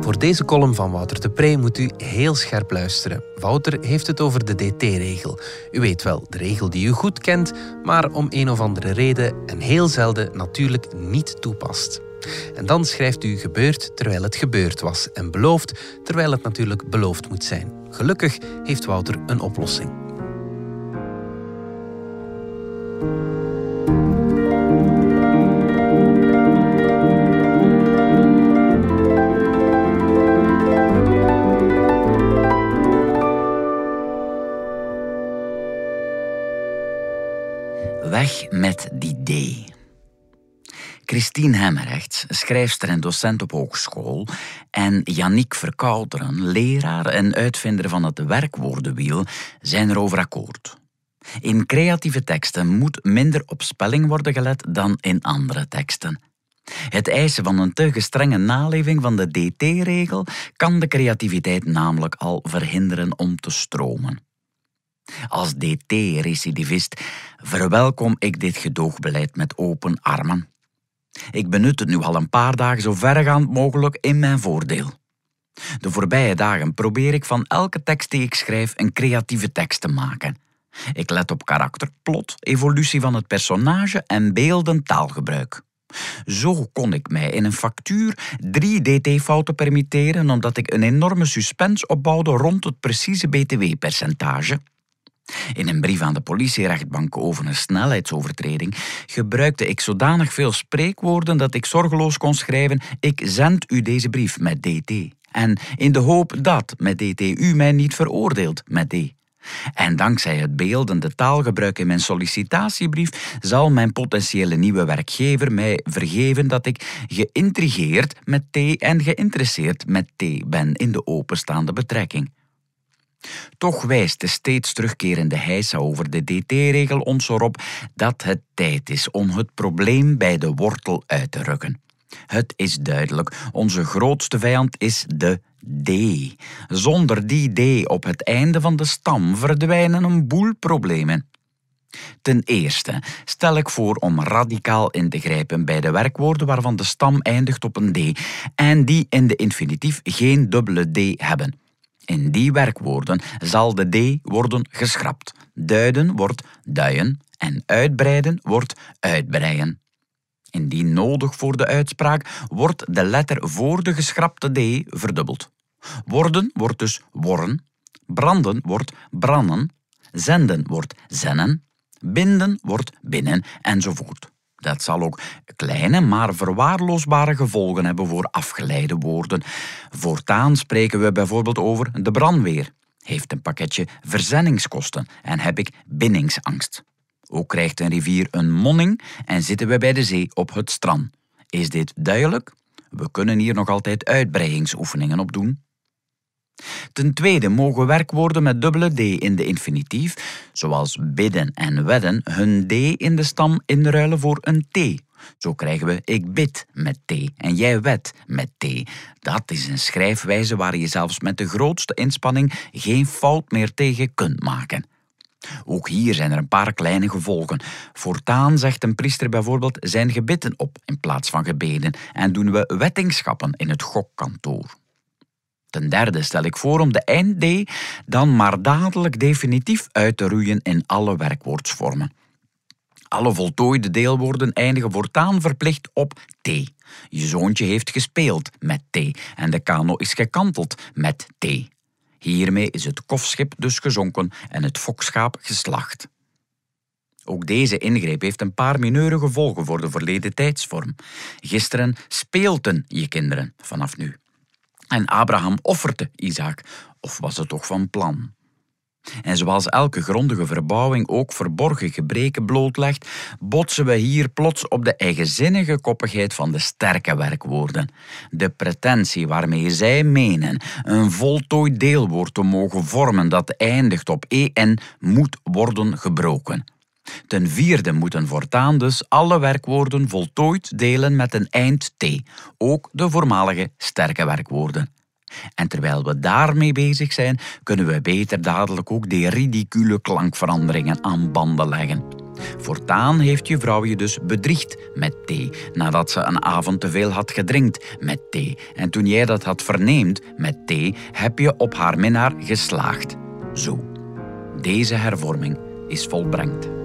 Voor deze column van Wouter de Pre moet u heel scherp luisteren. Wouter heeft het over de DT-regel. U weet wel, de regel die u goed kent, maar om een of andere reden en heel zelden natuurlijk niet toepast. En dan schrijft u gebeurd terwijl het gebeurd was en belooft terwijl het natuurlijk beloofd moet zijn. Gelukkig heeft Wouter een oplossing. Weg met die D. Christine Hemmerrechts, schrijfster en docent op hogeschool, en Yannick Verkouteren, leraar en uitvinder van het werkwoordenwiel, zijn erover akkoord. In creatieve teksten moet minder op spelling worden gelet dan in andere teksten. Het eisen van een te gestrenge naleving van de DT-regel kan de creativiteit namelijk al verhinderen om te stromen. Als DT-recidivist verwelkom ik dit gedoogbeleid met open armen. Ik benut het nu al een paar dagen zo verregaand mogelijk in mijn voordeel. De voorbije dagen probeer ik van elke tekst die ik schrijf een creatieve tekst te maken. Ik let op karakter, plot, evolutie van het personage en beeldend taalgebruik. Zo kon ik mij in een factuur 3 DT-fouten permitteren omdat ik een enorme suspense opbouwde rond het precieze btw-percentage. In een brief aan de politierechtbank over een snelheidsovertreding gebruikte ik zodanig veel spreekwoorden dat ik zorgeloos kon schrijven: ik zend u deze brief met DT. En in de hoop dat met DT u mij niet veroordeelt met D. En dankzij het beeldende taalgebruik in mijn sollicitatiebrief zal mijn potentiële nieuwe werkgever mij vergeven dat ik geïntrigeerd met T en geïnteresseerd met T ben in de openstaande betrekking. Toch wijst de steeds terugkerende heisa over de DT-regel ons erop dat het tijd is om het probleem bij de wortel uit te rukken. Het is duidelijk, onze grootste vijand is de D. Zonder die D op het einde van de stam verdwijnen een boel problemen. Ten eerste stel ik voor om radicaal in te grijpen bij de werkwoorden waarvan de stam eindigt op een D en die in de infinitief geen dubbele D hebben. In die werkwoorden zal de D worden geschrapt. Duiden wordt duien en uitbreiden wordt uitbreien. Indien nodig voor de uitspraak wordt de letter voor de geschrapte D verdubbeld. Worden wordt dus worren, branden wordt brannen, zenden wordt zennen, binden wordt binnen enzovoort. Dat zal ook kleine, maar verwaarloosbare gevolgen hebben voor afgeleide woorden. Voortaan spreken we bijvoorbeeld over de brandweer. Heeft een pakketje verzenningskosten en heb ik bindingsangst. Ook krijgt een rivier een monning en zitten we bij de zee op het strand. Is dit duidelijk? We kunnen hier nog altijd uitbreidingsoefeningen op doen. Ten tweede mogen werkwoorden met dubbele D in de infinitief, zoals bidden en wedden, hun D in de stam inruilen voor een T. Zo krijgen we ik bid met T en jij wed met T. Dat is een schrijfwijze waar je zelfs met de grootste inspanning geen fout meer tegen kunt maken. Ook hier zijn er een paar kleine gevolgen. Voortaan zegt een priester bijvoorbeeld zijn gebitten op in plaats van gebeden en doen we wettingschappen in het gokkantoor. Ten derde stel ik voor om de eind-D dan maar dadelijk definitief uit te roeien in alle werkwoordsvormen. Alle voltooide deelwoorden eindigen voortaan verplicht op T. Je zoontje heeft gespeeld met T en de kano is gekanteld met T. Hiermee is het kofschip dus gezonken en het fokschaap geslacht. Ook deze ingreep heeft een paar mineure gevolgen voor de verleden tijdsvorm. Gisteren speelten je kinderen vanaf nu. En Abraham offerde Isaac, of was het toch van plan? En zoals elke grondige verbouwing ook verborgen gebreken blootlegt, botsen we hier plots op de eigenzinnige koppigheid van de sterke werkwoorden. De pretentie waarmee zij menen een voltooid deelwoord te mogen vormen dat eindigt op en moet worden gebroken. Ten vierde moeten voortaan dus alle werkwoorden voltooid delen met een eind-T, ook de voormalige sterke werkwoorden. En terwijl we daarmee bezig zijn, kunnen we beter dadelijk ook die ridicule klankveranderingen aan banden leggen. Voortaan heeft je vrouw je dus bedriegd met thee, nadat ze een avond te veel had gedrinkt met thee. En toen jij dat had verneemd met thee, heb je op haar minnaar geslaagd. Zo, deze hervorming is volbrengt.